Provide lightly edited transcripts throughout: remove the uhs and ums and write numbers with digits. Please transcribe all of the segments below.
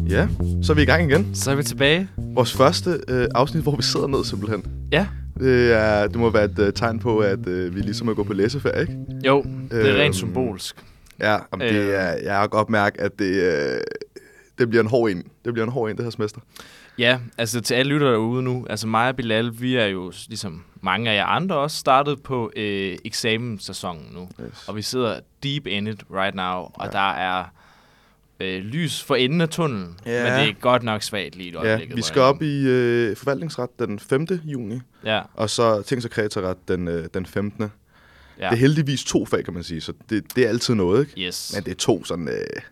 Ja, så er vi i gang igen. Så er vi tilbage. Vores første afsnit, hvor vi sidder ned simpelthen. Ja. Det må være et tegn på, at vi ligesom er gået på læseferie, ikke? Jo, det er rent symbolsk. Ja, jeg har godt mærket, at det bliver en hård en. Det bliver en hård en, det her semester. Ja, altså til alle lyttere derude nu, altså mig og Bilal, vi er jo ligesom mange af jer andre også startet på eksamenssæsonen nu. Yes. Og vi sidder deep in it right now, og der er lys for enden af tunnelen, men det er godt nok svagt lige i øjeblikket. Ja, vi skal op i forvaltningsret den 5. juni, og så tings- og krediteret den 15. Ja. Det er heldigvis 2 fag, kan man sige, så det er altid noget, ikke? Yes. Men det er 2 sådan...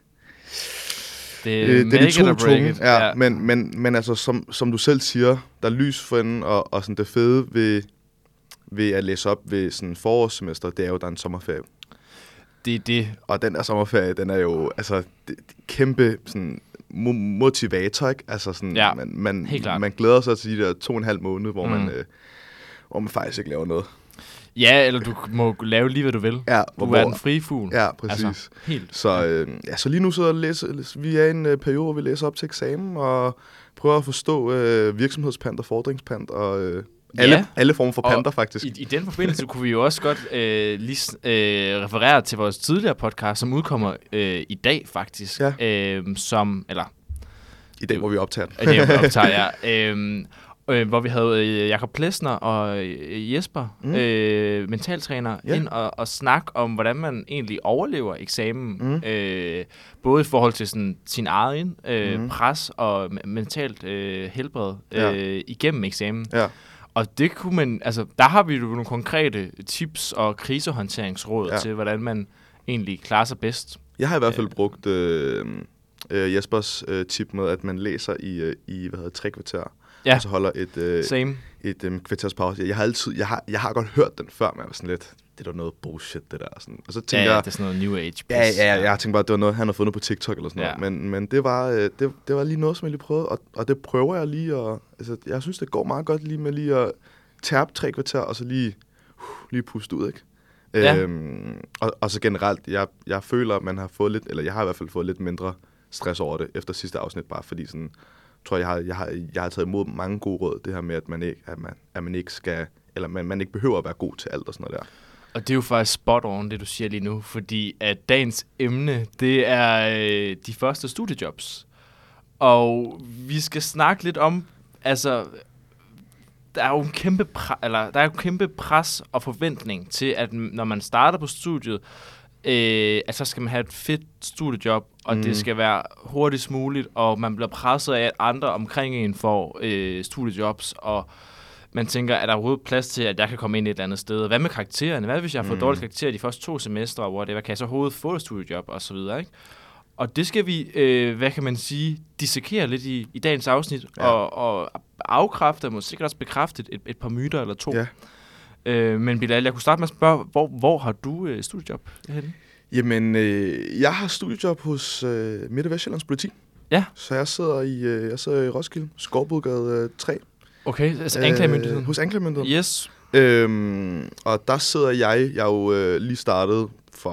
Det er de 2 tunge, ja. Men altså, som du selv siger, der er lys for enden, og sådan det fede ved at læse op ved sådan forårssemester, det er jo, der er en sommerferie. Det er det. Og den der sommerferie, den er jo altså kæmpe sådan motivator, ikke? Altså sådan, ja, man glæder sig til de der 2,5 måneder, hvor man faktisk ikke laver noget. Ja, eller du må lave lige, hvad du vil. Ja, du er den frie fugl. Ja, præcis. Altså, helt. Så lige nu så vi er i en periode, hvor vi læser op til eksamen, og prøver at forstå virksomhedspant og fordringspant, og alle former for panter, faktisk. I den forbindelse kunne vi jo også godt referere til vores tidligere podcast, som udkommer i dag, faktisk. Ja. I dag, hvor vi optager den. I dag, hvor vi optager, hvor vi havde Jakob Plesner og Jesper, mentaltræner, ind og snakke om, hvordan man egentlig overlever eksamen. Både i forhold til sådan, sin egen pres og mentalt helbred igennem eksamen. Ja. Og det kunne man, altså der har vi jo nogle konkrete tips og krisehåndteringsråd til, hvordan man egentlig klarer sig bedst. Jeg har i hvert fald brugt Jespers tip med, at man læser i 3 kvarter. Ja. Og så holder et kvarters pause. Jeg har godt hørt den før, men jeg var sådan lidt, det er noget bullshit, det der. Sådan. Og så tænkte jeg, det er sådan noget new age. Jeg tænkte bare, at det var noget, han havde fundet på TikTok eller sådan noget. Men det var lige noget, som jeg lige prøvede, og det prøver jeg lige. Altså, jeg synes, det går meget godt lige med lige at tærpe 3 kvarter, og så lige puste ud, ikke? Ja. Og så generelt, jeg føler, at man har fået lidt, eller jeg har i hvert fald fået lidt mindre stress over det efter sidste afsnit, bare fordi sådan, tror jeg har taget imod mange gode råd, det her med, at man ikke skal, eller man ikke behøver at være god til alt og sådan noget der. Og det er jo faktisk spot on, det du siger lige nu, fordi at dagens emne, det er de første studiejobs. Og vi skal snakke lidt om, altså, der er jo en kæmpe pres og forventning til, at når man starter på studiet, at så skal man have et fedt studiejob, og det skal være hurtigst muligt, og man bliver presset af, at andre omkring en får studiejobs, og man tænker, er der overhovedet plads til, at jeg kan komme ind et eller andet sted? Hvad med karaktererne? Hvad hvis jeg har fået dårlige karakterer de første 2 semestre, hvor kan jeg så overhovedet få et studiejob, og så videre, ikke? Og det skal vi, hvad kan man sige, dissekere lidt i dagens afsnit, og afkræfte, og måske også bekræfte et par myter eller 2. Ja. Men Bilal, jeg kunne starte med at spørge, hvor har du studiejob henne? Jamen, jeg har studiejob hos Midt- og Vestjyllands Politi. Ja. Så jeg sidder i Roskilde, Skovbodgade 3. Okay, altså anklagemyndigheden? Hos anklagemyndigheden. Yes. Og der sidder jeg jo lige startet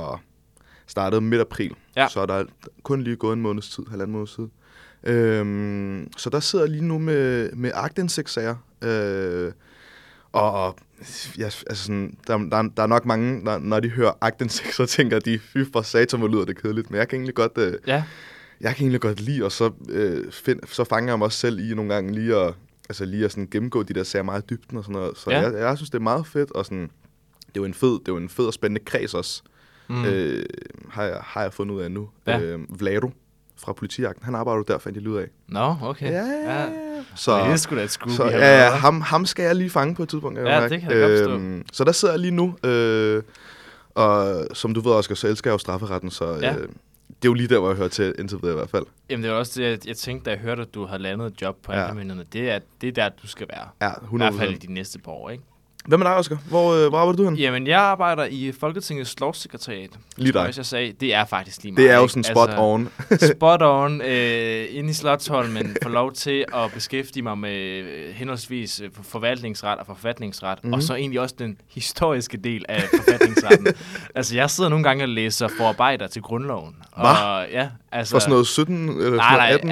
midt april. Ja. Så er der kun lige gået halvanden måneds tid. Så der sidder jeg lige nu med aktindsigtssager. Og altså sådan, der er nok mange, når de hører aktindsigt, så tænker de, fy for satan, hvor lyder det kedeligt. Men jeg kan egentlig godt lide, og så fanger jeg mig også selv i nogle gange lige at sådan gennemgå de der sager meget i dybden og sådan noget. Så jeg synes, det er meget fedt, og sådan, det er jo en fed og spændende kreds også, har jeg fundet ud af nu. Ja. Vlado fra Politijagten, han arbejder jo der, fandt jeg ud af. Nå, okay. Ja. Så det er sgu da et skub. Ham skal jeg lige fange på et tidspunkt. Det kan jeg godt forstå. Så der sidder jeg lige nu, og som du ved, Oscar, så elsker jeg jo strafferetten, så det er jo lige der, hvor jeg hører til indtil videre i hvert fald. Jamen det var også det, jeg tænkte, da jeg hørte, at du har landet et job på anklagemyndighederne. Det er der, du skal være. Ja, 100%. I hvert fald i de næste par år, ikke? Hvad med dig, Oscar? Hvor arbejder du hen? Jamen, jeg arbejder i Folketingets lovsekretariat. Lige dig. Hvis jeg sagde, det er faktisk lige mig. Det er jo sådan spot on. Spot on. Inde i Slotsholmen får lov til at beskæftige mig med henholdsvis forvaltningsret og forfatningsret, og så egentlig også den historiske del af forfatningsretten. Altså, jeg sidder nogle gange og læser forarbejder til grundloven. Hvad? Og, ja, altså, for sådan noget 17 eller nej, 18?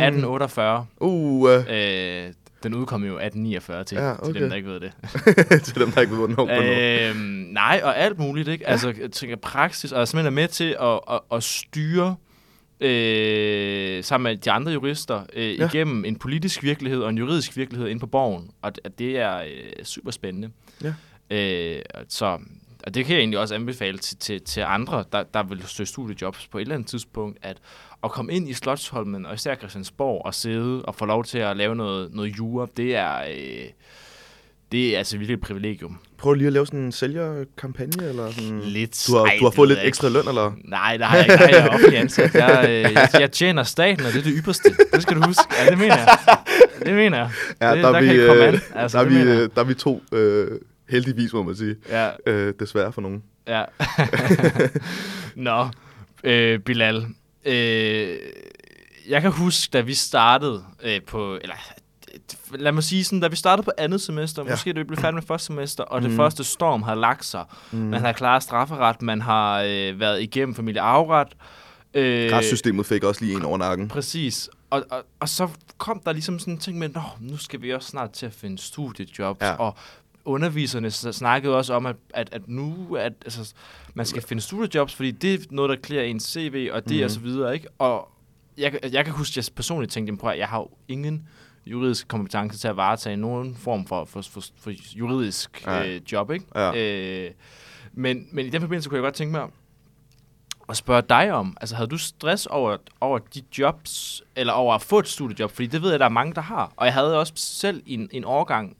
1848. Den udkom jo 1849 til dem, der ikke ved det. Til dem, der ikke ved, hvornår. Nej, og alt muligt, ikke? Altså, jeg tænker praksis, og jeg simpelthen er med til at styre sammen med de andre jurister igennem en politisk virkelighed og en juridisk virkelighed inde på Borgen. Og det er super spændende. Ja. Og det kan jeg egentlig også anbefale til andre, der vil søge studiejobs på et eller andet tidspunkt, at komme ind i Slotsholmen, og især Christiansborg, og sidde og få lov til at lave noget jura, det er altså virkelig et privilegium. Prøv lige at lave sådan en sælgerkampagne, eller sådan... Lidt. Du har fået lidt ekstra løn, eller? Nej, der har jeg ikke. Jeg er offentlig ansat. Jeg tjener staten, og det er det ypperste. Det skal du huske. Ja, det mener jeg. Det mener jeg. Ja, der kan ikke komme an. Altså, der er vi to... heldigvis, må man sige. Ja. Desværre for nogen. Ja. Nå, Bilal. Jeg kan huske, da vi startede lad mig sige sådan, da vi startede på andet semester, måske da vi blev færdige med første semester, og det første storm har lagt sig. Man har klaret strafferet, man har været igennem familiearveret. Retssystemet fik også lige en over nakken. Præcis. Og så kom der ligesom sådan en ting med, nu skal vi også snart til at finde studiejobs, og underviserne snakkede også om, at nu altså, man skal finde studiejobs, fordi det er noget, der klæder ens CV, og det og så videre, ikke? Og jeg kan huske, at jeg personligt tænkte, at jeg har jo ingen juridisk kompetence til at varetage nogen form for juridisk job, ikke? Ja. Men i den forbindelse kunne jeg godt tænke mig at spørge dig om, altså havde du stress over de jobs, eller over at få et studiejob? Fordi det ved jeg, der er mange, der har. Og jeg havde også selv en årgang,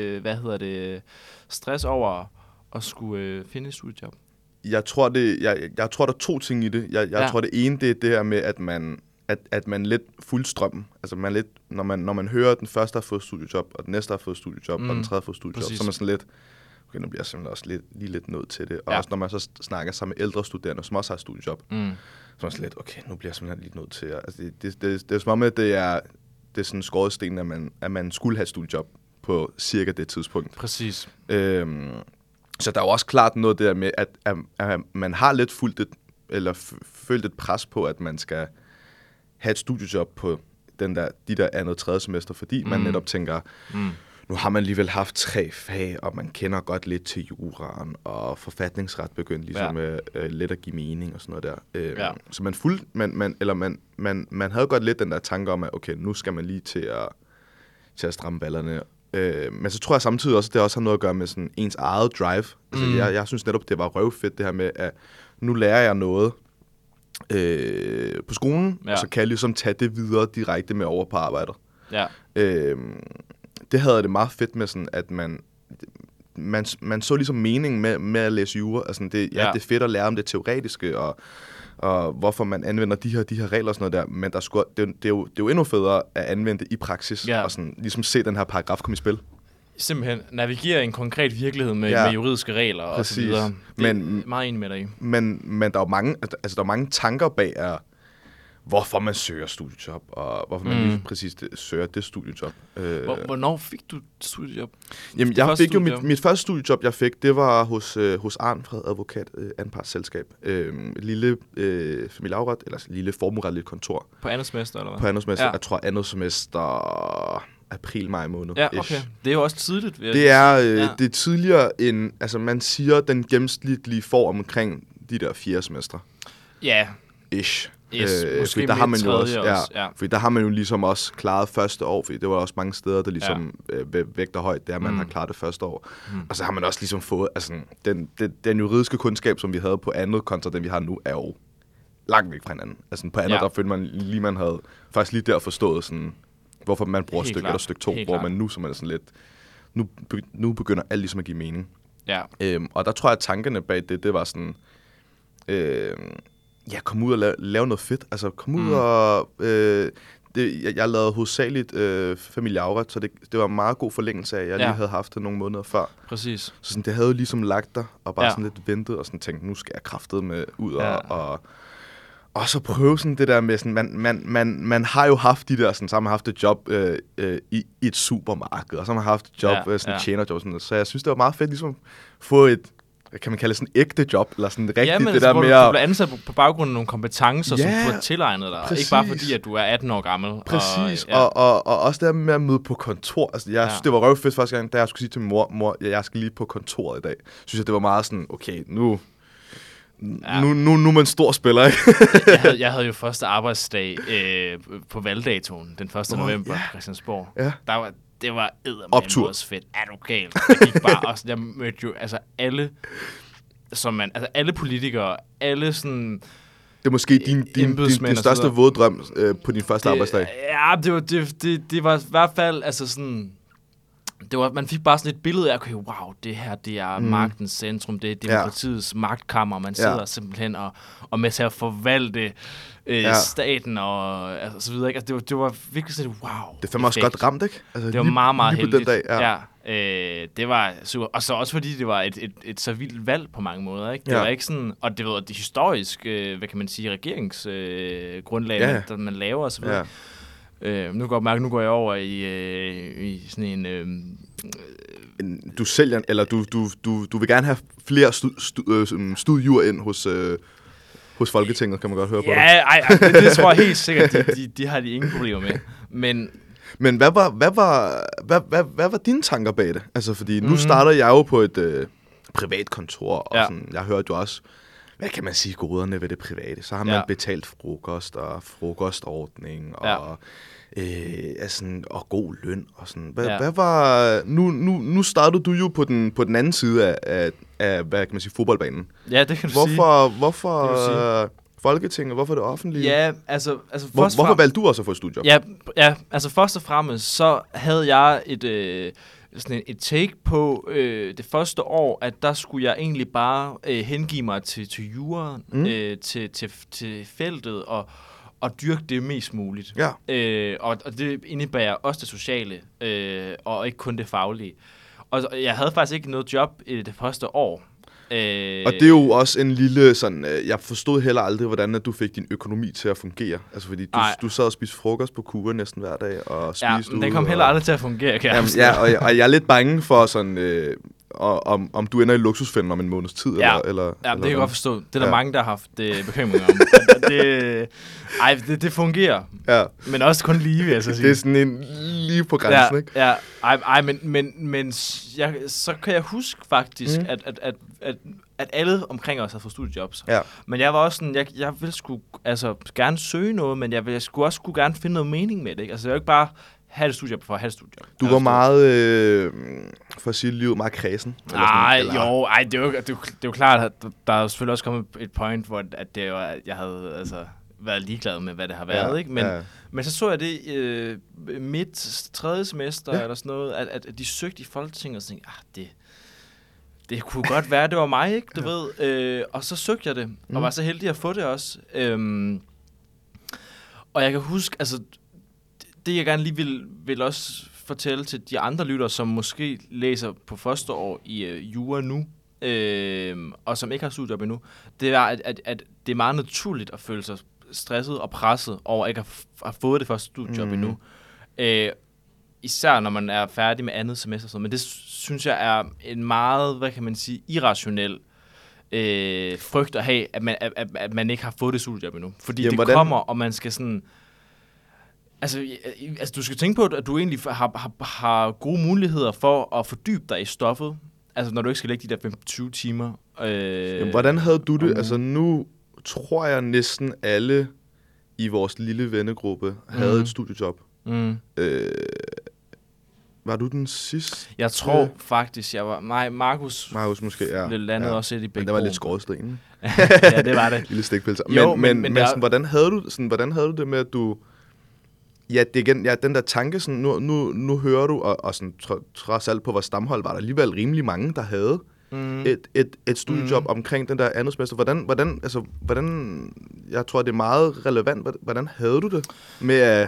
stress over at skulle finde et studiejob. Jeg tror, der er to ting i det. Jeg tror, det ene, det er det her med, at man lidt fuldstrøm. Altså man lidt, når man hører, at den første har fået studiejob, og den næste har fået studiejob, og den tredje har fået studiejob, så er man sådan lidt, okay, nu bliver jeg simpelthen også lige lidt nødt til det. Og også når man så snakker sammen med ældre studerende, som også har studiejob, så er man sådan lidt, okay, nu bliver jeg simpelthen lige nødt til at... Altså det er som om, at det er sådan skåret sten, at man skulle have studiejob på cirka det tidspunkt. Præcis. Så der er jo også klart noget der med, at man har lidt følt et pres på, at man skal have et studiejob på de der andet tredje semester, fordi man netop tænker, nu har man alligevel haft 3 fag, og man kender godt lidt til juraen, og forfatningsret begyndte ligesom lidt at give mening og sådan noget der. Så man havde godt lidt den der tanke om, at okay, nu skal man lige til at stramme ballerne. Men så tror jeg samtidig også, at det også har noget at gøre med sådan ens eget drive. Altså, jeg synes netop, det var røvfedt det her med, at nu lærer jeg noget på skolen, og så kan jeg ligesom tage det videre direkte med over på arbejdet. Ja. Det havde det meget fedt med sådan, at man så ligesom meningen med at læse jura. Altså, det er fedt at lære om det teoretiske, og hvorfor man anvender de her regler og sådan noget der, men det er jo endnu federe at anvende det i praksis, og sådan, ligesom se den her paragraf komme i spil. Simpelthen navigere i en konkret virkelighed med juridiske regler og så videre. Det er meget enig med dig i. Men der er jo mange tanker bag hvorfor man søger studiejob, og hvorfor man lige præcis søger det studiejob. Hvornår fik du et studiejob? Jamen, jeg fik jo mit første studiejob, jeg fik, det var hos Arnfred Advokat, anpartsselskab. Lille familieafret, eller lille formueretligt kontor. På andet semester, eller hvad? På andet semester. Jeg tror andet semester april-maj måned. Ja, okay. Det er jo også tidligt. Det er tidligere end, altså man siger, den gennemsnitlige får omkring de der 4 semester. Ja. Ish. Måske der har man jo også, fordi der har man jo ligesom også klaret første år, fordi det var også mange steder, der ligesom vægter højt, det er, man har klaret det første år. Og så har man også ligesom fået, altså den juridiske kundskab, som vi havde på andet kontra den vi har nu, er jo langt væk fra hinanden. Altså på andet, der følte man havde faktisk lige der forstået sådan, hvorfor man bruger stykke 1 eller stykke 2, hvor man nu som er sådan lidt, nu begynder alt ligesom at give mening. Ja. Og der tror jeg, at tankerne bag det var sådan, kom ud og lave noget fedt. Altså, kom ud og... jeg lavede hovedsageligt Familie Auret, så det var en meget god forlængelse af, at jeg lige havde haft det nogle måneder før. Præcis. Så sådan, det havde jo ligesom lagt der, og bare sådan lidt ventet, og sådan tænkt, nu skal jeg kraftedeme ud og så prøve sådan det der med, sådan, man har jo haft de der, sådan, så har man haft et job i et supermarked, og så har man haft et job, sådan tjenerjob, sådan noget. Så jeg synes, det var meget fedt ligesom få et, kan man kalde det sådan et ægte job, eller sådan rigtigt, men det der med at... du bliver ansat på baggrund af nogle kompetencer, som du har tilegnet dig, præcis. Ikke bare fordi, at du er 18 år gammel. Præcis, og også det der med at møde på kontor. Altså, jeg synes, det var røvfedt første gang, da jeg skulle sige til min mor, jeg skal lige på kontoret i dag. Synes jeg, det var meget sådan, okay, nu er man stor spiller, ikke? jeg havde jo første arbejdsdag på valgdatoen, den 1. november på Christiansborg. Ja. Det var eddermame også fedt. Er du galt? Jeg gik bare også, jeg mødte jo alle, alle politikere, alle sådan... Det er måske din største våde drøm på din første arbejdsdag. Ja, det var i hvert fald, altså sådan... man fik bare sådan et billede af, okay, wow, det her, det er magtens centrum, det er demokratiets magtkammer, man sidder simpelthen og med til at forvalte staten og så videre, ikke? Altså, det var virkelig sådan, wow. Det fandt også godt ramt, ikke? Altså, det var meget, meget heldigt. Den dag, det var super. Og så også fordi det var et så vildt valg på mange måder, ikke? Det var ikke sådan, og det var det historiske, hvad kan man sige, regeringsgrundlag, man laver og så videre. Nu går jeg over i sådan en... Du sælger, eller du vil gerne have flere studier ind hos Folketinget, kan man godt høre på dig. Ja, det tror jeg helt sikkert, de har de ingen problemer med. Men hvad var dine tanker bag det? Altså, fordi nu starter jeg jo på et privat kontor, og sådan, jeg hørte jo også, hvad kan man sige, goderne ved det private? Så har man betalt frokost og frokostordning og og god løn og sådan. Hvad var nu startede du jo på den anden side af hvad kan man sige, fodboldbanen. Ja, det kan du sige. Hvorfor Folketinget, hvorfor det offentlige? Ja, altså hvorfor valgte du også at få et studiejob? Ja, altså først og fremmest så havde jeg sådan et take på det første år, at der skulle jeg egentlig bare hengive mig til juraen, til feltet og dyrke det mest muligt. Ja. Og det indebærer også det sociale, og ikke kun det faglige. Og jeg havde faktisk ikke noget job i det første år. Og det er jo også en lille sådan, jeg forstod heller aldrig, hvordan at du fik din økonomi til at fungere. Altså fordi du sad og spiste frokost på Kure næsten hver dag og spiste men den kom heller aldrig til at fungere, kan jeg sige. Og jeg er lidt bange for sådan, om du ender i luksusfælden om en måneds tid. Ja, eller det kan jeg godt forstå. Det er der mange, der har haft bekymringer om. Det fungerer. Ja. Men også kun lige, vil jeg så sige. Det er sådan en lige på grænsen, ikke? Ja, men så kan jeg huske faktisk, at alle omkring os har fået studiejobs. Ja. Men jeg var også sådan, jeg ville gerne søge noget, men jeg skulle også gerne finde noget mening med det, ikke? Altså, jeg var ikke bare have et studiejob for at have et studiejob. Du var meget, for at sige livet, meget kredsen? Det er jo klart, at der er selvfølgelig også kommet et point, hvor jeg havde været ligeglad med, hvad det har været, ikke? Men så jeg det midt tredje semester, eller sådan noget, at de søgte i Folketinget, og så tænkte det kunne godt være, det var mig, ikke? Du ved. Og så søgte jeg det, og var så heldig at få det også. Og jeg kan huske, altså, det jeg gerne lige vil også fortælle til de andre lyttere, som måske læser på første år i jura nu, og som ikke har studiejob endnu, det er, at det er meget naturligt at føle sig stresset og presset over ikke at have fået det første studiejob endnu. Især når man er færdig med andet semester. Men det synes jeg er en meget, hvad kan man sige, irrationel frygt at have, at man ikke har fået det studiejob endnu. Fordi det kommer, og man skal sådan... Altså, du skal tænke på, at du egentlig har gode muligheder for at fordybe dig i stoffet. Altså, når du ikke skal lægge de der 25 timer. Hvordan havde du det? Altså, nu tror jeg næsten alle i vores lille vennegruppe havde et studiejob. Var du den sidste? Jeg tror faktisk, jeg var... Nej, Markus måske, ja. Landede også lidt i Bækbro. Men der var lidt skårsten. Ja, det var det. Lille stikpilser. Men sådan, hvordan havde du det med, at du... Ja, det igen, den der tanke, sådan, nu hører du, og sådan, trods alt på vores stamhold, var der alligevel rimelig mange, der havde et studiejob omkring den der andet semester. Hvordan, jeg tror, det er meget relevant, hvordan havde du det med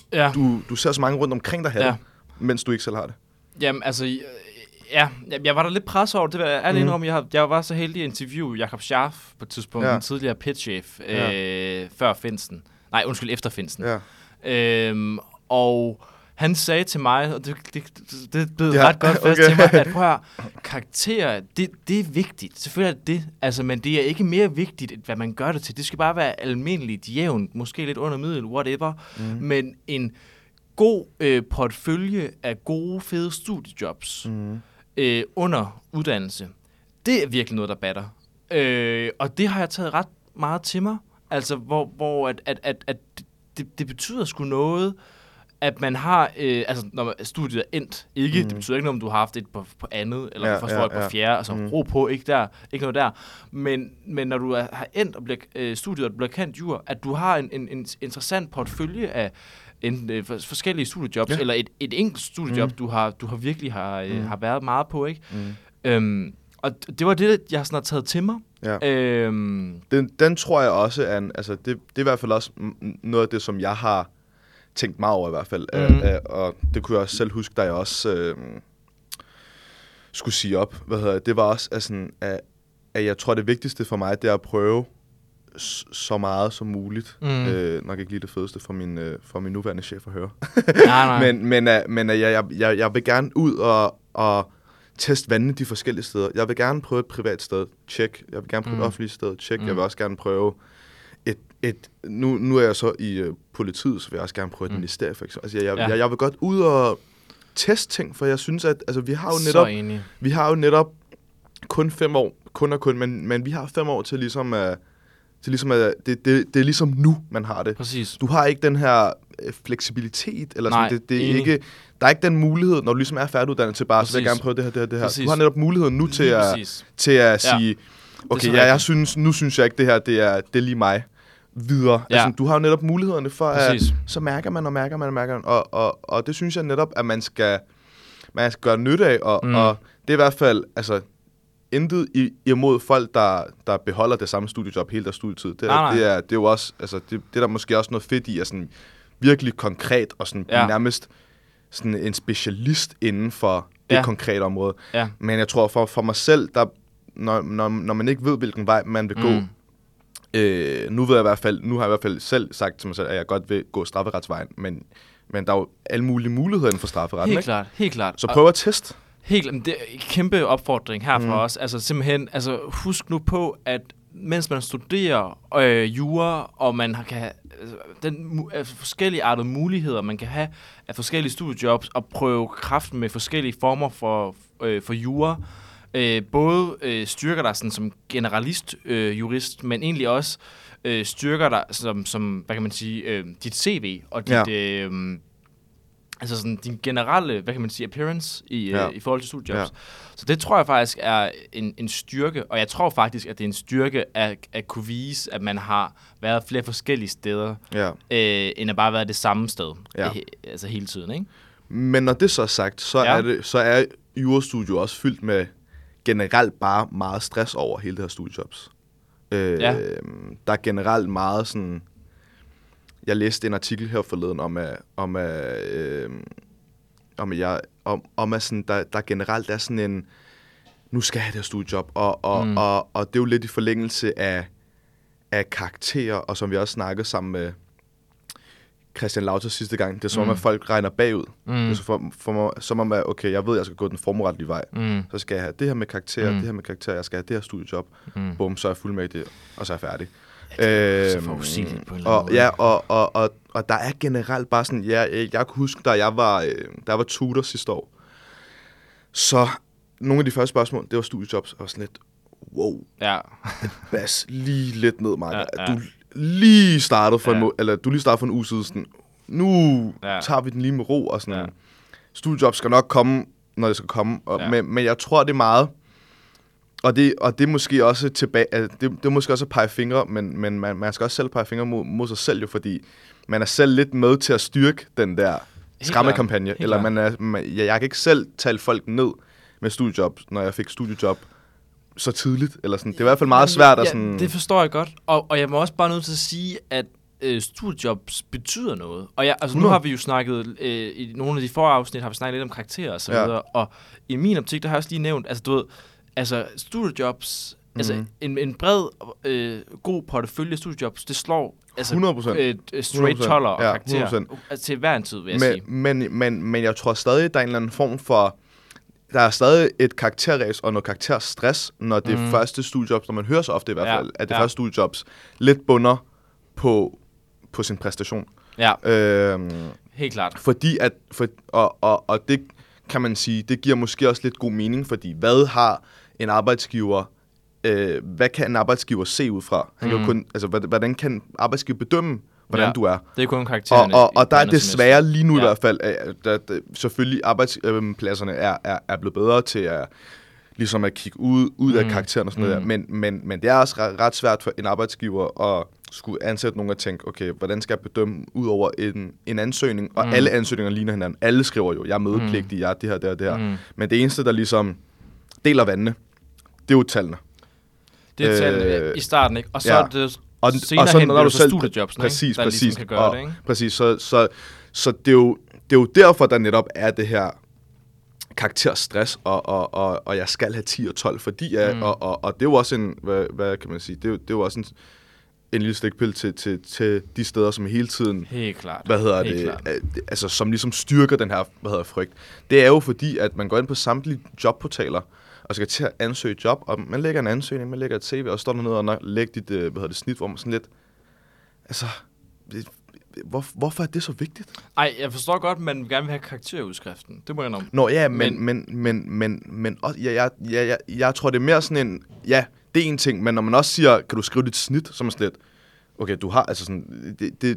du ser så mange rundt omkring dig have det, mens du ikke selv har det. Jamen, altså, jeg var da lidt presset over det. Ærlig indrømme, jeg var så heldig at interviewe Jakob Scharf på et tidspunkt, en tidligere pitchchef, før Finsen. Nej, undskyld, efter Finsen. Ja. Og han sagde til mig, og det blev ret godt fast til mig, at prøv at høre, karakterer, det er vigtigt. Selvfølgelig er det, altså, men det er ikke mere vigtigt, hvad man gør det til. Det skal bare være almindeligt, jævnt, måske lidt under middel, whatever. Men en god portfølje af gode, fede studiejobs under uddannelse, det er virkelig noget, der batter. Og det har jeg taget ret meget til mig. Altså, hvor det betyder sgu noget, at man har, altså når studiet er endt, ikke, det betyder ikke noget, om du har haft et på andet, eller forstår et på fjerde, altså ro på, ikke noget der, men når du har endt og bliver studiet, og du bliver kendt jur, at du har en interessant portfølje af forskellige studiejobs, eller et enkelt studiejob, du har virkelig har været meget på, ikke? Og det var det, jeg sådan har taget til mig. Ja. Den tror jeg også er altså det er i hvert fald også noget af det, som jeg har tænkt meget over i hvert fald. Og det kunne jeg også selv huske, da jeg også skulle sige op. Det var også at jeg tror, det vigtigste for mig, det er at prøve så meget som muligt. Nok ikke lige det fedeste for min nuværende chef at høre. Nej. men jeg vil gerne ud og teste vandene de forskellige steder. Jeg vil gerne prøve et privat sted. Check. Jeg vil gerne prøve et offentligt sted. Check. Jeg vil også gerne prøve nu er jeg så i politiet, så vil jeg også gerne prøve et ministerie, for eksempel. Altså, jeg vil godt ud og teste ting, for jeg synes, at altså, vi har jo netop kun 5 år, men vi har 5 år til ligesom at det er ligesom nu, man har det. Præcis. Du har ikke den her fleksibilitet, eller sådan, det er ikke, der er ikke den mulighed, når du ligesom er færdiguddannet til bare, så vil jeg gerne prøve det her. Præcis. Du har netop muligheden nu til at sige, okay, nu synes jeg ikke, det her, det er lige mig videre. Ja. Altså, du har jo netop mulighederne for, at så mærker man, og det synes jeg netop, at man skal gøre nytte af, og det er i hvert fald, altså, intet imod folk, der beholder det samme studiejob hele deres studietid. Det er jo også, altså, det er der måske også noget fedt i, at sådan virkelig konkret, og sådan nærmest sådan en specialist inden for det konkrete område. Ja. Men jeg tror, for mig selv, der, når man ikke ved, hvilken vej man vil gå, nu har jeg i hvert fald selv sagt til mig selv, at jeg godt vil gå strafferetsvejen, men der er jo alle mulige muligheder inden for strafferetten. Helt klart. Så prøv at teste. Det er en kæmpe opfordring her fra os. Altså simpelthen, husk nu på, at mens man studerer jura, og man kan have forskellige artede muligheder, man kan have af forskellige studiejobs, og prøve kraften med forskellige former for jura, både styrker dig sådan, som generalist jurist, men egentlig også styrker dig som hvad kan man sige, dit CV og dit altså sådan din generelle, hvad kan man sige, appearance i forhold til studiejobs. Ja. Så det tror jeg faktisk er en styrke, og jeg tror faktisk, at det er en styrke at kunne vise, at man har været flere forskellige steder, end at bare være det samme sted, altså hele tiden, ikke? Men når det så er sagt, så er jurastudio også fyldt med generelt bare meget stress over hele det her studiejobs. Der er generelt meget sådan. Jeg læste en artikel her forleden om at sådan, der generelt er sådan en, nu skal jeg have det her studiejob, og det er jo lidt i forlængelse af karakterer, og som vi også snakkede sammen med Christian Lauter sidste gang, det er som om, at folk regner bagud. Det er for mig, som om, at okay, jeg ved, at jeg skal gå den formueretlige vej. Så skal jeg have det her med karakterer, jeg skal have det her studiejob. Bum, så er jeg fuld med det, og så er jeg færdig. Så forudsigeligt på en eller anden måde. Og der er generelt bare sådan, jeg kunne huske, da jeg var tutor sidste år, så nogle af de første spørgsmål, det var studiejobs, og sådan lidt, wow, bas lige lidt ned, Mark. Du lige startede for en uge siden, sådan, nu tager vi den lige med ro, og sådan, studiejobs skal nok komme, når det skal komme, men jeg tror, det er meget. Og det er måske også tilbage, det er måske også at pege fingre, men man skal også selv pege fingre mod sig selv jo, fordi man er selv lidt med til at styrke den der skræmmekampagne. Eller jeg kan ikke selv tale folk ned med studiejob, når jeg fik studiejob så tidligt. Eller sådan. Det er i hvert fald meget svært. Det forstår jeg godt. Og jeg må også bare nødt til at sige, at studiejobs betyder noget. Og nu har vi jo snakket, i nogle af de forafsnit har vi snakket lidt om karakterer og så videre, og i min optik, der har jeg også lige nævnt, altså du ved, studiejobs, altså en bred, god portefølje studiejobs, det slår altså 100%. Straight 12'er og karakterer altså, til hver en tid, vil jeg sige. Men jeg tror stadig, der er en eller anden form for, der er stadig et karakterræs og noget karakterstress, når det første studiejobs, når man hører så ofte i hvert fald, at det første studiejobs lidt bunder på sin præstation. Ja, helt klart. Fordi og det kan man sige, det giver måske også lidt god mening, fordi hvad har en arbejdsgiver, hvad kan en arbejdsgiver se ud fra? Han kan jo kun, altså, hvordan kan arbejdsgiver bedømme, hvordan du er? Det er kun karaktererne. Og der er desværre lige nu i hvert fald, at selvfølgelig arbejdspladserne er blevet bedre til at ligesom at kigge ud af karakteren og sådan noget der. Men det er også ret svært for en arbejdsgiver at skulle ansætte nogen og tænke, okay, hvordan skal jeg bedømme ud over en ansøgning? Og alle ansøgninger ligner hinanden. Alle skriver jo, jeg er mødepligtig, jeg er det her, det her, det her. Men det eneste, der ligesom deler vandene, det er jo tallene. Det er tallene i starten, ikke? Og så er det senere hen, når du selv studiejobs, præcis, der ligesom kan gøre det, ikke? Præcis, så det er jo derfor, der netop er det her karakterstress, og jeg skal have 10 og 12, fordi og det er jo også en, hvad kan man sige, det er jo også en lille stikpille til de steder, som hele tiden, helt klart, altså som ligesom styrker den her, frygt. Det er jo fordi, at man går ind på samtlige jobportaler, og skal til at ansøge job, og man lægger en ansøgning, man lægger et CV, og står dernede og lægger dit, snit, hvor man sådan lidt, altså, hvorfor er det så vigtigt? Ej, jeg forstår godt, at man gerne vil have karakterudskriften. Det må jeg nok. Nå ja, men jeg tror, det er mere sådan en, ja, det er en ting, men når man også siger, kan du skrive dit snit, så er man sådan lidt, okay, du har, altså sådan,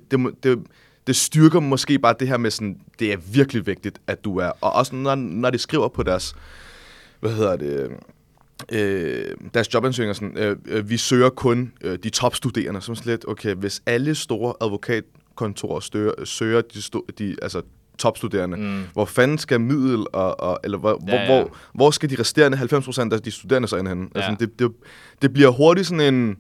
det styrker måske bare det her med sådan, det er virkelig vigtigt, at du er, og også når de skriver på deres, deres jobansøgninger, sådan, vi søger kun de topstuderende, som slet, okay, hvis alle store advokatkontorer søger de altså topstuderende, hvor fanden skal middel, eller hvor skal de resterende 90% af de studerende så indhenne? Ja. Altså, det bliver hurtigt sådan en,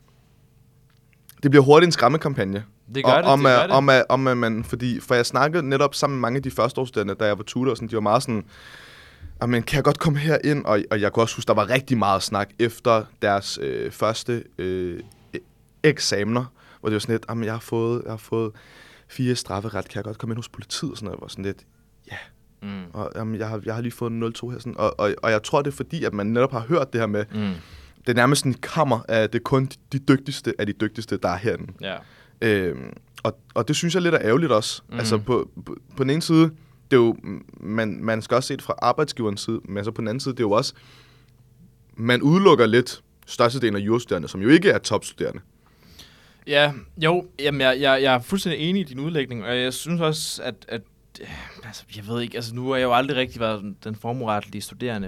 en skræmmekampagne. Det gør om at man, for jeg snakkede netop sammen med mange af de førsteårsstuderende, da jeg var tutor, og sådan, de var meget sådan, men kan jeg godt komme her ind, og jeg kunne også huske, der var rigtig meget snak efter deres første eksamener, hvor det var sådan lidt, jeg har fået 4 strafferet, kan jeg godt komme ind hos politiet, og sådan noget, hvor sådan lidt, ja, og jeg har lige fået en 0,2 her, sådan, og jeg tror, det er fordi, at man netop har hørt det her med, det er nærmest sådan en kammer, at det er kun de dygtigste af de dygtigste, der er herinde. Ja. Og det synes jeg lidt er ærgerligt også. Altså på den ene side, det er jo, man skal også se det fra arbejdsgiverens side, men altså på den anden side, det er jo også, man udelukker lidt størstedelen af jurastuderende, som jo ikke er topstuderende. Ja, jo, jamen jeg er fuldstændig enig i din udlægning, og jeg synes også, at altså, jeg ved ikke, altså nu har jeg jo aldrig rigtig været den formueretlige studerende,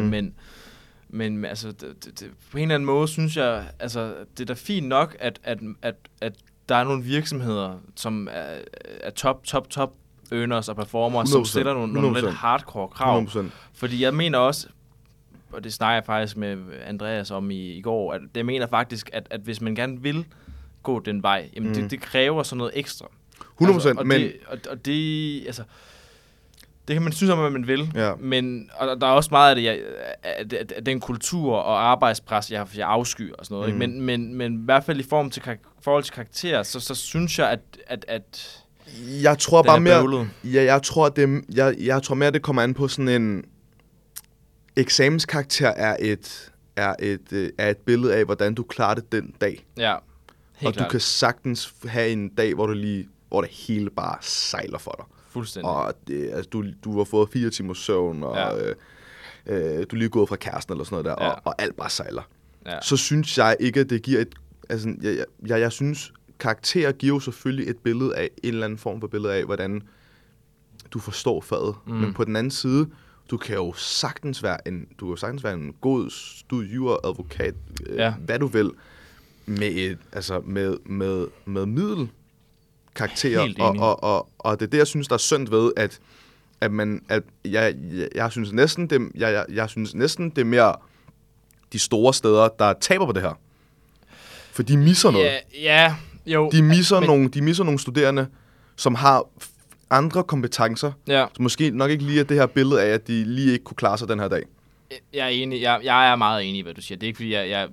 men altså på en eller anden måde synes jeg, altså det er da fint nok, at der er nogle virksomheder, som er top earners og performers, som stiller nogle lidt hardcore krav. 100%. Fordi jeg mener også, og det snakker jeg faktisk med Andreas om i går, at jeg mener faktisk, at hvis man gerne vil gå den vej, jamen det kræver sådan noget ekstra. 100%, altså, men... Det, altså, det kan man synes om, at man vil, men og der er også meget af det, den kultur og arbejdspres, jeg afskyer og sådan noget, ikke? Men i hvert fald i forhold til karakterer, så synes jeg, at jeg tror bare mere, jeg tror mere, det kommer an på sådan en eksamenskarakter er et billede af, hvordan du klarer det den dag. Ja, helt og klart. Du kan sagtens have en dag, hvor det hele bare sejler for dig. Fuldstændig. Og det, altså, du har fået 4 timers søvn, og du er lige gået fra kæresten eller sådan noget der, og alt bare sejler. Ja. Så synes jeg ikke, at det giver et... Altså, jeg synes, karakterer giver jo selvfølgelig et billede af, en eller anden form for billede af, hvordan du forstår faget. Men på den anden side, du kan jo sagtens være en god studieadvokat, hvad du vil, med middelkarakterer. Og det er det, jeg synes, der er synd ved, jeg synes næsten det er mere de store steder, der taber på det her. For de misser noget. Jo, de misser nogle studerende, som har andre kompetencer, som måske nok ikke lige er det her billede af, at de lige ikke kunne klare sig den her dag. Jeg er enig. Jeg er meget enig i, hvad du siger. Det er ikke, fordi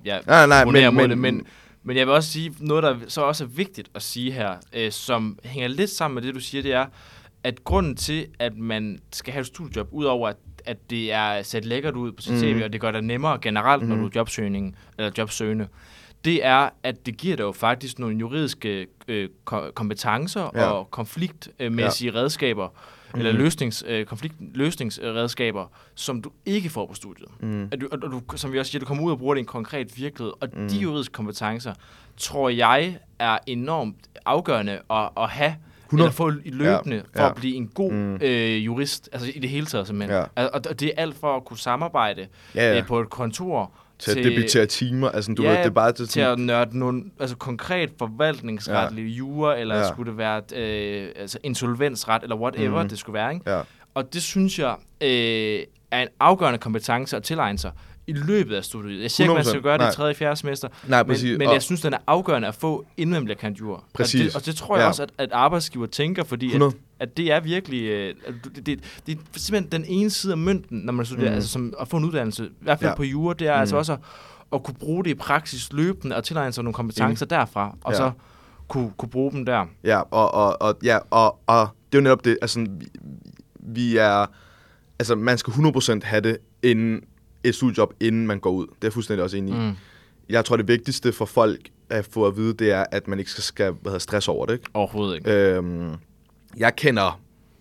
men jeg vil også sige, noget, der så også er vigtigt at sige her, som hænger lidt sammen med det, du siger, det er, at grunden til, at man skal have et studiejob, udover at det er sat lækkert ud på sit CV, og det gør det nemmere generelt, når du er jobsøgende, det er, at det giver dig jo faktisk nogle juridiske kompetencer og konfliktmæssige redskaber, eller konfliktløsningsredskaber, som du ikke får på studiet. Og du, som vi også siger, du kommer ud og bruger det i en konkret virkelighed, og de juridiske kompetencer, tror jeg, er enormt afgørende at have, 100. Eller få løbende for at blive en god jurist, altså i det hele taget simpelthen. Og det er alt for at kunne samarbejde på et kontor, til at debattere timer, altså du ved, det er bare til at nørde nogle altså konkret forvaltningsretlige jura, eller skulle det være altså insolvensret, eller whatever det skulle være, ikke? Og det synes jeg er en afgørende kompetence at tilegne sig i løbet af studiet. Jeg siger ikke, man skal gøre det i 3. og 4. semester, men jeg synes, den er afgørende at få, inden man bliver kandidat. Og det tror jeg også, at arbejdsgiver tænker, fordi at det er virkelig... det er simpelthen den ene side af mønten, når man studerer, altså som at få en uddannelse, i hvert fald på jura, det er altså også at kunne bruge det i praksis løbende, og tilegne sig nogle kompetencer derfra, og så kunne bruge dem der. Ja, og det er jo netop det, altså vi er... Altså man skal 100% have det inden et studiejob, inden man går ud. Det er jeg fuldstændig også enig i. Jeg tror, det vigtigste for folk at få at vide, det er, at man ikke skal stress over det. Ikke? Overhovedet ikke. Jeg kender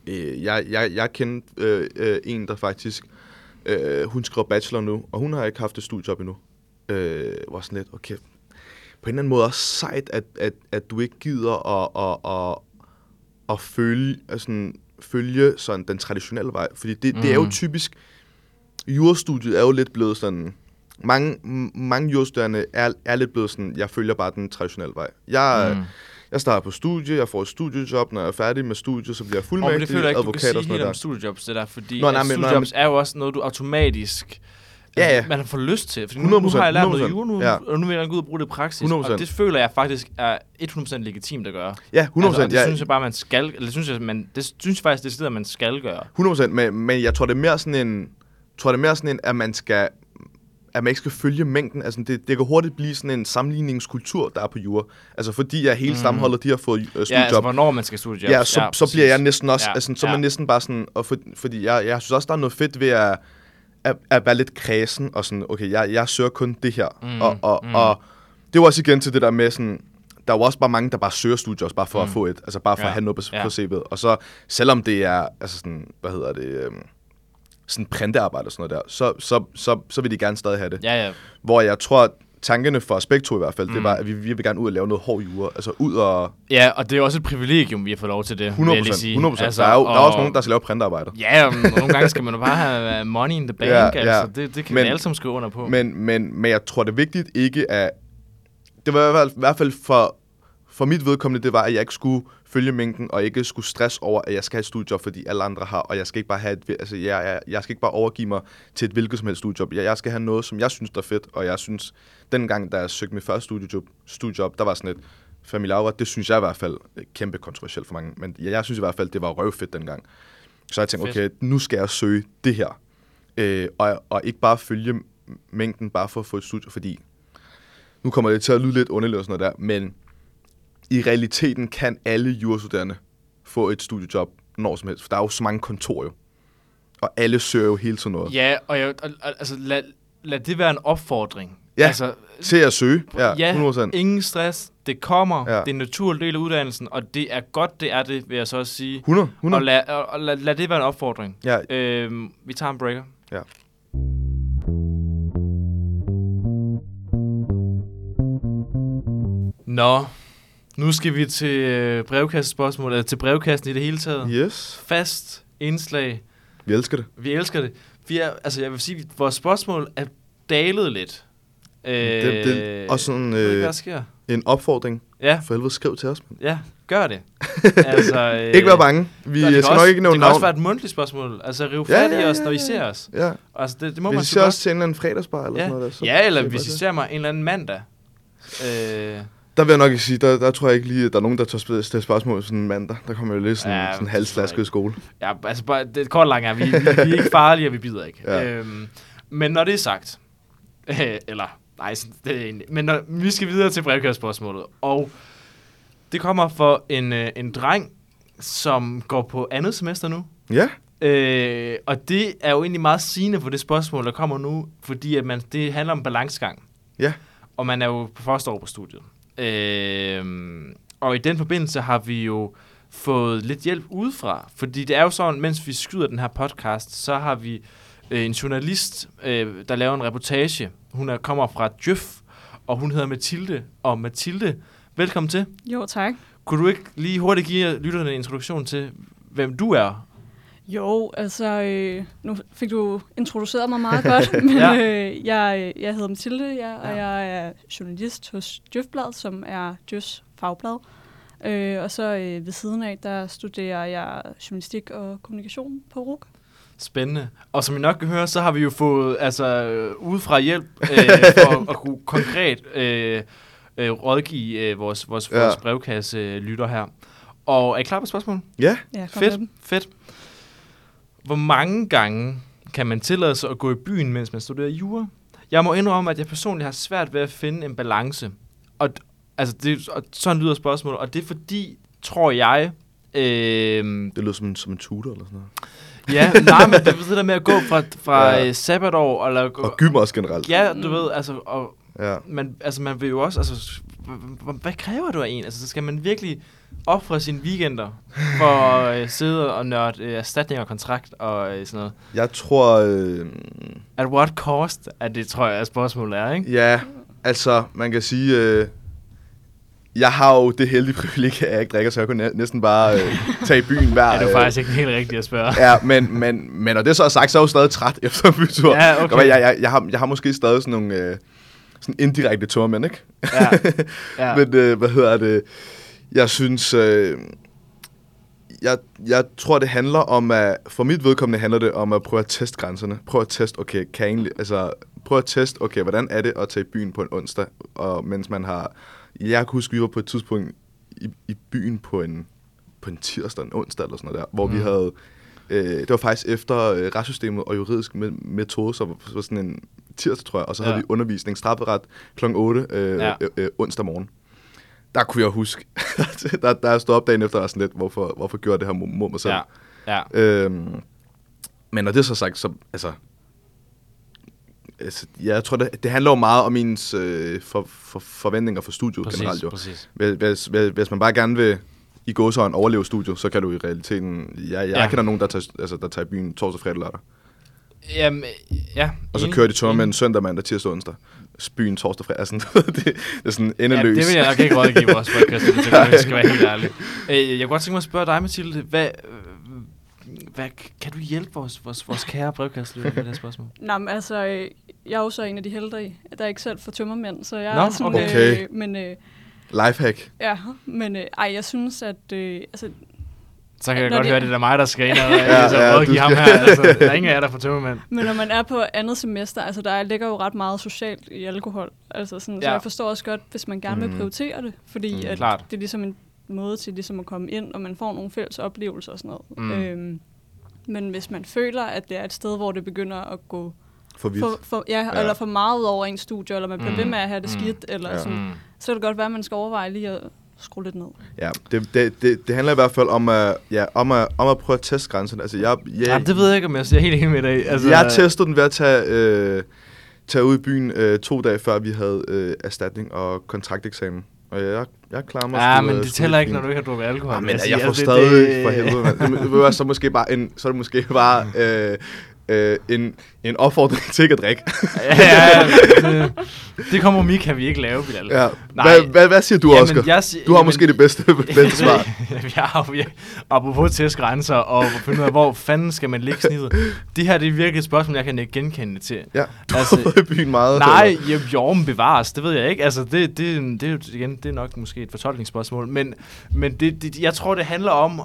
en, der faktisk, hun skriver bachelor nu, og hun har ikke haft et studiejob endnu. Var sådan lidt, okay, på en eller anden måde også sejt, at du ikke gider at følge sådan den traditionelle vej. Fordi det er jo typisk, jurastudiet er jo lidt blevet sådan, mange jurastuderende er lidt blevet sådan, jeg følger bare den traditionelle vej. Jeg starter på studie, jeg får et studiejob, når jeg er færdig med studiet, så bliver jeg fuldmægtig, advokat og sådan noget der. Men det føler jeg ikke, du kan sige helt om studiejobs, det der, fordi studiejobs er jo også noget, du automatisk man har fået lyst til. Fordi nu har jeg lært noget jura, og nu vil jeg gå ud og bruge det i praksis, 100%. Og det føler jeg faktisk er 100% legitimt at gøre. Ja, 100%. Altså, det synes jeg bare, man skal, eller det synes jeg faktisk, det er stedet, man skal gøre. 100%, men jeg tror, det er mere sådan en, at man ikke skal følge mængden. Altså, det kan hurtigt blive sådan en sammenligningskultur, der er på jura. Altså, fordi jeg hele stamholdet, de har fået studiejob. Ja, altså, hvornår man skal studiejob. Ja, så bliver jeg næsten også, altså, så er man næsten bare sådan, fordi jeg synes også, der er noget fedt ved at være lidt kredsen, og sådan, okay, jeg søger kun det her. Og det var også igen til det der med sådan, der er jo også bare mange, der bare søger studiejobs, bare for at få et, altså bare for at have noget på CV'et. Og så, selvom det er, altså sådan, sådan printearbejde og sådan noget der, så vil de gerne stadig have det. Ja. Hvor jeg tror, tankerne for Aspekto i hvert fald, det var, at vi vil gerne ud og lave noget hård jura. Altså ud og... Ja, og det er også et privilegium, vi har fået lov til det. 100%. Altså, der er også nogen, der skal lave printearbejder. Ja, og nogle gange skal man jo bare have money in the bank. Altså, det kan vi alle sammen skrive under på. Men jeg tror, det er vigtigt ikke at... Det var i hvert fald for mit vedkommende, det var, at jeg ikke skulle følge mængden, og ikke skulle stress over, at jeg skal have et studiejob, fordi alle andre har, og jeg skal ikke bare have jeg skal ikke bare overgive mig til et hvilket som helst studiejob. Jeg skal have noget, som jeg synes, der er fedt, og jeg synes, dengang, da jeg søgte mit første studiejob, der var sådan et familie, det synes jeg i hvert fald kæmpe kontroversielt for mange, men jeg synes i hvert fald, det var røvfedt dengang. Så jeg tænkte, okay, nu skal jeg søge det her, og ikke bare følge mængden, bare for at få et studie, fordi nu kommer det til at lyde lidt underligt og sådan noget der, men i realiteten kan alle jurastuderende få et studiejob når som helst, for der er jo så mange kontorer jo, og alle søger jo hele tiden noget. Ja, og altså lad det være en opfordring. Ja, altså, til at søge. Ja, 100%. Ingen stress, det kommer, det er en naturlig del af uddannelsen, og det er godt, det er det, vil jeg så også sige. 100. Og lad det være en opfordring. Ja. Vi tager en breaker. Ja. Nå, nu skal vi til brevkassespørgsmål, eller til brevkassen i det hele taget. Yes. Fast indslag. Vi elsker det. Vi elsker det. Jeg vil sige, at vores spørgsmål er dalet lidt. Det er også sådan hvad sker? En opfordring. Ja. For helvede, skriv til os. Man. Ja, gør det. Altså, ikke være bange. Vi skal nok ikke nævne navn. Det kan også være et mundtligt spørgsmål. Altså, riv fat i os, når I ser os. Ja. Altså, det må man hvis I ser os til en eller anden fredagsbar eller sådan noget. Ja, eller hvis I ser mig en eller anden mandag. Der vil jeg nok ikke sige, der tror jeg ikke lige, at der er nogen, der tør stille spørgsmål sådan en mandag. Der kommer jo lidt sådan halvslasket i skole. Ja, altså bare, det kort langt er, vi er ikke farlige, og vi bider ikke. Ja. Men når det er sagt, men vi skal videre til brevkastspørgsmålet, og det kommer for en dreng, som går på andet semester nu. Ja. Og det er jo egentlig meget sigende for det spørgsmål, der kommer nu, fordi at det handler om balancegang. Ja. Og man er jo på første år på studiet. Og i den forbindelse har vi jo fået lidt hjælp udefra, fordi det er jo sådan, mens vi skyder den her podcast, så har vi en journalist, der laver en reportage. Hun kommer fra Djøf, og hun hedder Mathilde. Og Mathilde, velkommen til. Jo, tak. Kunne du ikke lige hurtigt give lytterne en introduktion til, hvem du er? Jo, altså, nu fik du introduceret mig meget godt, men jeg hedder Mathilde, og jeg er journalist hos Djøfbladet, som er Djøfs fagblad. Og så ved siden af, der studerer jeg journalistik og kommunikation på RUC. Spændende. Og som I nok kan høre, så har vi jo fået udefra hjælp for at kunne konkret rådgive vores brevkasse lytter her. Og er I klar på spørgsmål? Ja. Fedt. Hvor mange gange kan man tillade sig at gå i byen, mens man studerer jura? Jeg må indrømme, at jeg personligt har svært ved at finde en balance. Og sådan lyder spørgsmålet. Og det er fordi, tror jeg... det lyder som en tutor eller sådan noget. Ja, nej, men det der med at gå fra sabbatår... Og gym også generelt. Ja, du ved, man vil jo også... hvad kræver du af en? Altså, så skal man virkelig ofre sine weekender for at sidde og nørde erstatning og kontrakt og sådan noget? Jeg tror... At what cost? At det tror jeg, at spørgsmålet er, ikke? Ja, altså, man kan sige... jeg har jo det heldige privilegie, at jeg ikke drikker, så jeg kunne næsten bare tage i byen hver... det er faktisk ikke helt rigtigt at spørge. Ja, men når det så er sagt, så er jeg jo stadig træt efter en bytur. Ja, okay. Jeg har måske stadig sådan nogle sådan indirekte tørmænd, ikke? Ja. Men hvad hedder det? Jeg synes... Jeg tror, det handler om at... For mit vedkommende handler det om at prøve at teste grænserne. Prøve at teste, okay, hvordan er det at tage i byen på en onsdag, og mens man har... Jeg kan huske, vi var på et tidspunkt i byen på en tirsdag, en onsdag eller sådan noget der, hvor vi havde... det var faktisk efter retssystemet og juridisk metode, så var sådan en tirsdag, tror jeg, og så havde vi undervisning, strafferet kl. 8 onsdag morgen. Der kunne jeg huske, der er stået op dagen efter, og sådan lidt, hvorfor gjorde det her mod mig selv? Ja. Men når det er så sagt, så altså jeg tror, det handler jo meget om ens forventninger for studiet generelt jo. Præcis. Hvis man bare gerne vil i gåseøjne overleve studiet, så kan du i realiteten... Jeg kender nogen, der tager i byen torsdag, fredag, lørdag. Jamen, ja. Og så kører de tur med en søndag, mandag, tirsdag, onsdag. Byen torsdag, fredag. Altså, det er sådan endeløs. Ja, det vil jeg nok ikke rådgive vores podcast, det skal være helt ærligt. Jeg kunne godt tænke mig at spørge dig, Mathilde, hvad kan du hjælpe vores kære brevkastlytter med det her spørgsmål? Nå, men altså, jeg er jo så en af de heldige, der ikke selv får tømmermænd, så jeg er sådan... Okay. Lifehack. Ja, men jeg synes, at... så kan jeg godt høre, det er mig, der skal ind og rådgive ham her. Altså, der er ingen af jer, der får tømmermænd. Men når man er på andet semester, altså der ligger jo ret meget socialt i alkohol. Altså sådan, så jeg forstår også godt, hvis man gerne vil prioritere det, fordi at det er ligesom en måde til ligesom at komme ind, og man får nogle fælles oplevelser og sådan noget. Men hvis man føler, at det er et sted, hvor det begynder at gå for vidt. Eller for meget ud over ens studie, eller man bliver ved med at have det skidt, eller sådan, så kan det godt være, at man skal overveje lige at skrue lidt ned. Ja, det handler i hvert fald om at prøve at teste grænserne. Altså, det ved jeg ikke, om jeg er helt enig med dig. Altså, jeg testede den ved at tage ud i byen 2 dage før vi havde erstatning og kontrakteksamen. Og jeg klarer mig. Ja, men det tæller ikke, når du ikke har drukket alkohol. Ja, men jeg får stadig for helvede, mand. Det så er det måske bare en opfordring til ikke at drikke. Det kompromis kan vi ikke lave, Bilal. Ja. Hvad siger du, Oscar? Du har måske det bedste svar. Apropos testgrænser og finde ud af, hvor fanden skal man lægge snittet. Det her det er virkelig et spørgsmål, jeg kan ikke genkende til. Ja, du har været i byen meget. Nej, men bevares, det ved jeg ikke. Altså, det er nok måske et fortolkningsspørgsmål. Men jeg tror, det handler om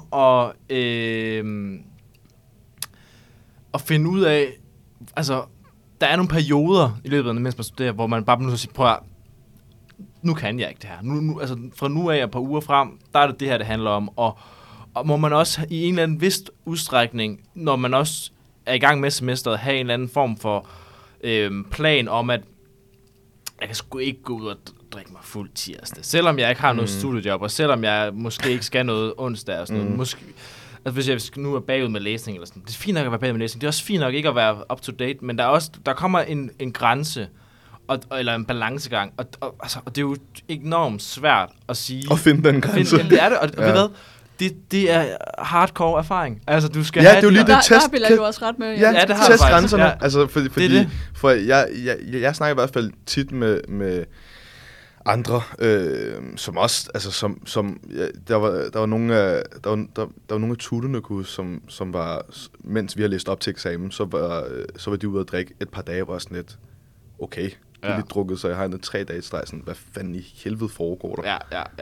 at finde ud af, altså, der er nogle perioder i løbet af, mens man studerer, hvor man bare bliver nødt til at sige, prøv at, nu kan jeg ikke det her. Nu, altså, fra nu af og et par uger frem, der er det her, det handler om. Og må man også i en eller anden vis udstrækning, når man også er i gang med semesteret, have en eller anden form for plan om, at jeg kan sgu ikke gå ud og drikke mig fuld tirsdag. Selvom jeg ikke har noget studiejob, og selvom jeg måske ikke skal noget onsdag og sådan noget. Måske, altså hvis jeg nu er bagud med læsning eller sådan. Det er fint nok at være bagud med læsning. Det er også fint nok ikke at være up to date, men der kommer en grænse, eller en balancegang, og det er jo enormt svært at sige. At finde den grænse. Det er det, og ved hvad? Det er hardcore erfaring. Altså, du skal have... Ja, det er jo lige det test... Der bliver du også ret med. Ja, det har test grænserne. Ja. Altså, fordi det. For jeg snakker i hvert fald tit med andre, som også... Altså, der var nogle af tuterne, som var... Mens vi har læst op til eksamen, så var de ude at drikke et par dage, og var sådan lidt... Okay, jeg har lige drukket, så jeg har 3 dage streg. Sådan, hvad fanden i helvede foregår der?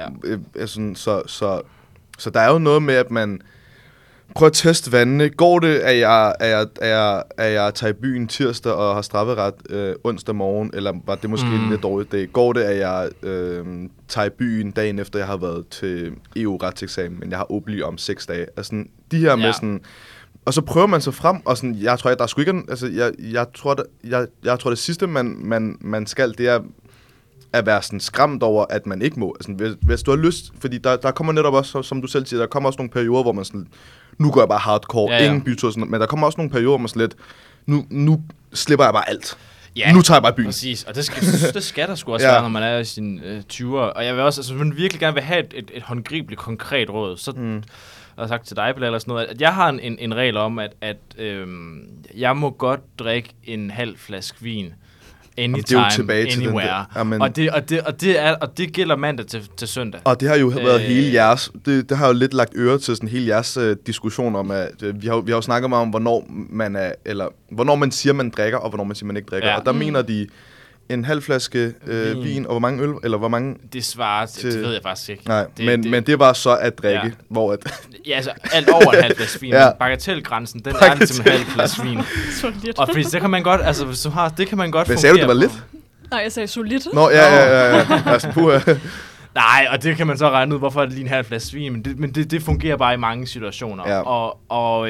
Ja. Så der er jo noget med, at man prøver at teste vandene. Går det, at jeg tager i byen tirsdag og har strafferet onsdag morgen, eller var det måske en lidt dårlig dag? Går det, at jeg tager i byen dagen efter, jeg har været til EU-retseksamen, men jeg har obli om 6 dage? Altså, de her med sådan... Og så prøver man sig frem, og sådan, jeg tror, der er sgu ikke... Altså, jeg tror, det sidste, man skal, det er at være sådan skræmt over, at man ikke må. Altså, hvis du har lyst, fordi der kommer netop også, som du selv siger, der kommer også nogle perioder, hvor man sådan, nu går jeg bare hardcore, ingen bytur, sådan, men der kommer også nogle perioder, hvor man sådan lidt, nu slipper jeg bare alt. Ja, nu tager jeg bare byen. Præcis, og det skal der sgu også være, når man er i sine 20'er. Og jeg vil også, altså, man virkelig gerne vil have et håndgribeligt, konkret råd, så... Jeg har sagt til dig, eller sådan noget, at jeg har en regel om, at jeg må godt drikke en halv flaske vin anytime, anywhere. Og det gælder mandag til søndag. Og det har jo været hele jeres, det har jo lidt lagt øre til sådan hele jeres diskussion om, at vi har jo snakket meget om, hvornår man siger, man drikker, og hvornår man siger, man ikke drikker. Ja. Og der mener de en halv flaske vin, og hvor mange øl, eller hvor mange... Det svarer til... Det ved jeg faktisk ikke. Nej, men det var så at drikke, hvor at... Ja, altså alt over en halv flaske vin. Bagatelgrænsen, den er ligesom en halv flaske vin. Solidt. Og fordi det kan man godt, altså hvis du har, det kan man godt fungere. Hvad sagde du, det var lidt? Nej, jeg sagde solidt. Nå, ja. Altså, nej, og det kan man så regne ud, hvorfor er det lige en halv flaske vin, men det fungerer bare i mange situationer. Ja. Og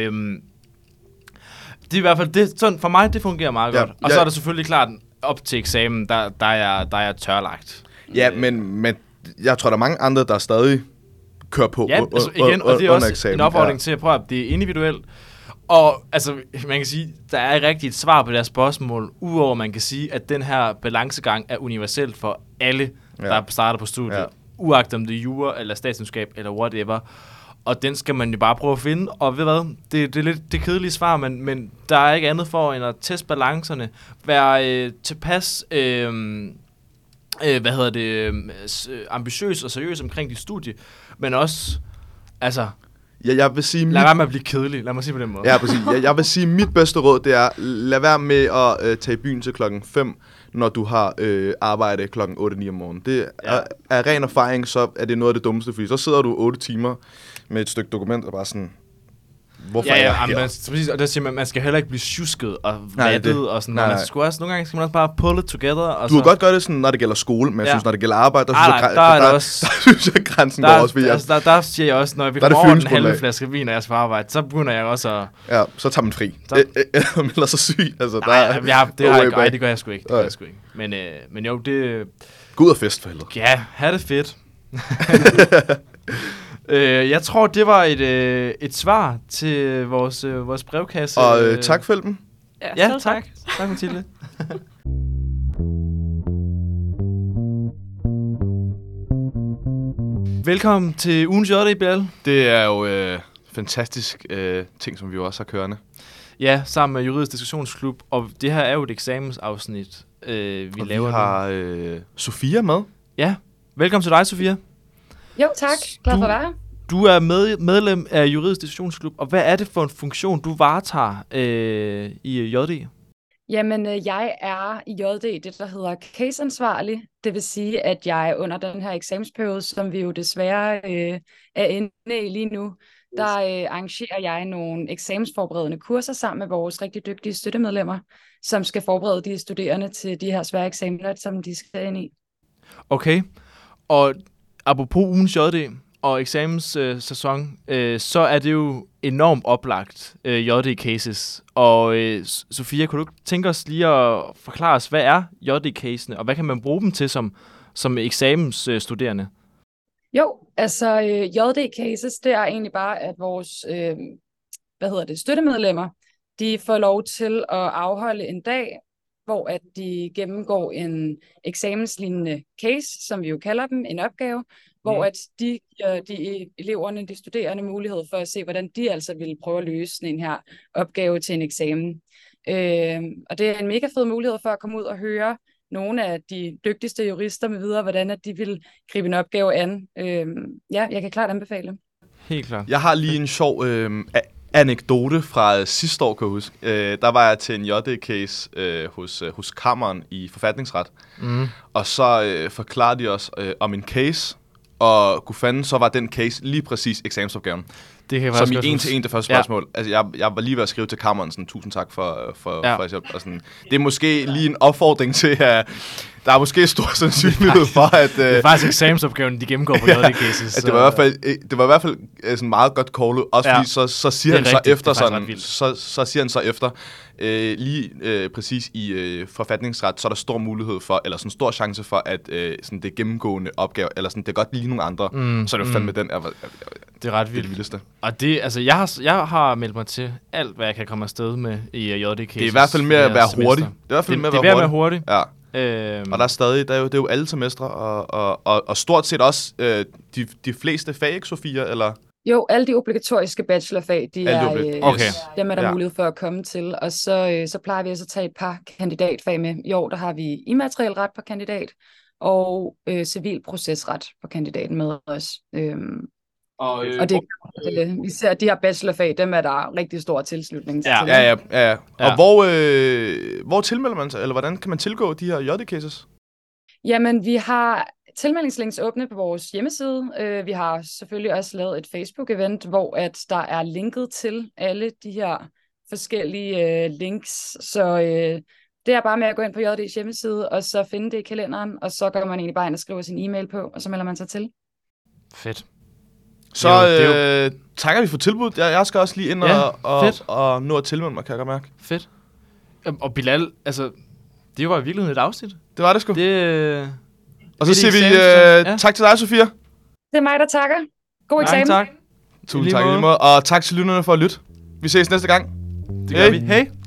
det er i hvert fald, det, sådan, for mig, det fungerer meget godt. Og så er der selvfølgelig klart, op til eksamen, der er jeg tørlagt. Ja, men jeg tror, der er mange andre, der stadig kører på altså, igen, og det er også eksamen. En opfordring til at prøve, at det er individuelt. Og altså, man kan sige, der er ikke rigtig et svar på det her spørgsmål, udover man kan sige, at den her balancegang er universelt for alle, der starter på studiet. Ja. Uagtet om det er jura, eller statsvidenskab, eller whatever. Og den skal man jo bare prøve at finde. Og ved hvad, det er lidt det kedelige svar, men der er ikke andet for end at teste balancerne. Være tilpas ambitiøs og seriøs omkring dit studie. Men også, altså... Ja, jeg vil sige... Lad være med at blive kedelig. Lad mig sige på den måde. Ja, præcis. Jeg vil sige, mit bedste råd, det er, lad være med at tage i byen til 5:00, når du har arbejde 8-9 om morgenen. Det er ren erfaring, så er det noget af det dummeste, fordi så sidder du 8 timer med et stykke dokument og bare sådan... Hvorfor er jeg her? Præcis, og der siger man skal heller ikke blive tjusket og vattet og sådan noget. Man skal også, nogle gange skal man også bare pull it together. Og du kan godt gøre det sådan, når det gælder skole, men jeg synes, når det gælder arbejde, der synes jeg, grænsen går også. Der siger jeg også, når vi kommer over den halve flaske vin, når jeg skal på arbejde, så begynder jeg også at... Ja, så tager man fri. Eller så syg. Altså, det gør jeg sgu ikke. Men jo, det... Gå ud og fest for helvede. Ja, have det fedt. Jeg tror, det var et svar til vores brevkasse. Og tak, Felben. Ja, tak. Tak, Mathilde. Velkommen til ugens JD, Bjørn. Det er jo fantastisk ting, som vi jo også har kørende. Ja, sammen med Juridisk Diskussionsklub. Og det her er jo et eksamensafsnit, vi laver. Vi har Sofia med. Ja, velkommen til dig, Sofia. Jo, tak. Glad for at være her. Du er medlem af Juridisk Diskussionsklub, og hvad er det for en funktion, du varetager i JD? Jamen, jeg er i JD det, der hedder caseansvarlig. Det vil sige, at jeg under den her eksamensperiode, som vi jo desværre er inde i lige nu, der arrangerer jeg nogle eksamensforberedende kurser sammen med vores rigtig dygtige støttemedlemmer, som skal forberede de studerende til de her svære eksamener, som de skal ind i. Okay, og apropos ugens JD og eksamenssæson, så er det jo enormt oplagt JD-cases. Og Sofia, kunne du tænke os lige at forklare os, hvad er JD-casene, og hvad kan man bruge dem til som eksamensstuderende? Jo, altså JD-cases, det er egentlig bare, at vores støttemedlemmer, de får lov til at afholde en dag, hvor at de gennemgår en eksamenslignende case, som vi jo kalder den, en opgave, hvor at de eleverne, de studerende, mulighed for at se, hvordan de altså ville prøve at løse den her opgave til en eksamen. Og det er en mega fed mulighed for at komme ud og høre nogle af de dygtigste jurister med videre, hvordan at de vil gribe en opgave an. Jeg kan klart anbefale. Helt klart. Jeg har lige en sjov anekdote fra sidste år, kan jeg huske. Der var jeg til en JD-case hos Kammeren i forfatningsret. Og så forklarede de os om en case, og kunne fanden, så var den case lige præcis eksamensopgaven. Det kan som i en til en det første spørgsmål. Altså, jeg var lige ved at skrive til Kammeren, sådan, tusind tak for hjælp. Og sådan, det er måske lige en opfordring til, at der er måske stor sandsynlighed for, at... det er faktisk eksamensopgaven, de gennemgår på JD-cases. Det var i hvert fald sådan meget godt callet, også fordi så siger han rigtigt, så efter sådan, så siger han så efter, præcis i forfatningsret, så er der stor mulighed for, eller sådan stor chance for, at sådan det gennemgående opgave, eller sådan, det er godt lige nogle andre, så er det jo fandme den, det er ret vildt. Det vildeste. Og det, altså, jeg har meldt mig til alt, hvad jeg kan komme afsted med i JD-cases. Det er i hvert fald med at være hurtig. Det er i hvert fald med at være hurtig. Ja. Og der er stadig, det er jo alle semestre, og stort set også de fleste fag, ikke, Sofia, eller? Jo, alle de obligatoriske bachelorfag, dem er der mulighed for at komme til. Og så plejer vi også at tage et par kandidatfag med. I år, der har vi immaterielret på kandidat, og civilprocesret på kandidaten med os. Og det, vi ser, at de her bachelorfag, dem er der rigtig stor tilslutning til. Ja. Og hvor tilmelder man sig, eller hvordan kan man tilgå de her JD-cases? Jamen, vi har tilmeldingslinks åbne på vores hjemmeside. Vi har selvfølgelig også lavet et Facebook-event, hvor at der er linket til alle de her forskellige links. Så det er bare med at gå ind på JD's hjemmeside, og så finde det i kalenderen, og så går man egentlig bare ind og skriver sin e-mail på, og så melder man sig til. Fedt. Så takker vi for tilbuddet. Jeg skal også lige ind og nå at tilmelde mig, kan jeg godt mærke. Fedt. Og Bilal, altså, det var i virkeligheden et afsnit. Det var det sgu. Og så siger vi tak til dig, Sofia. Det er mig, der takker. God eksamen. Tak. Tusind tak i lige måde. Og tak til lytterne for at lytte. Vi ses næste gang. Det gør vi. Hej.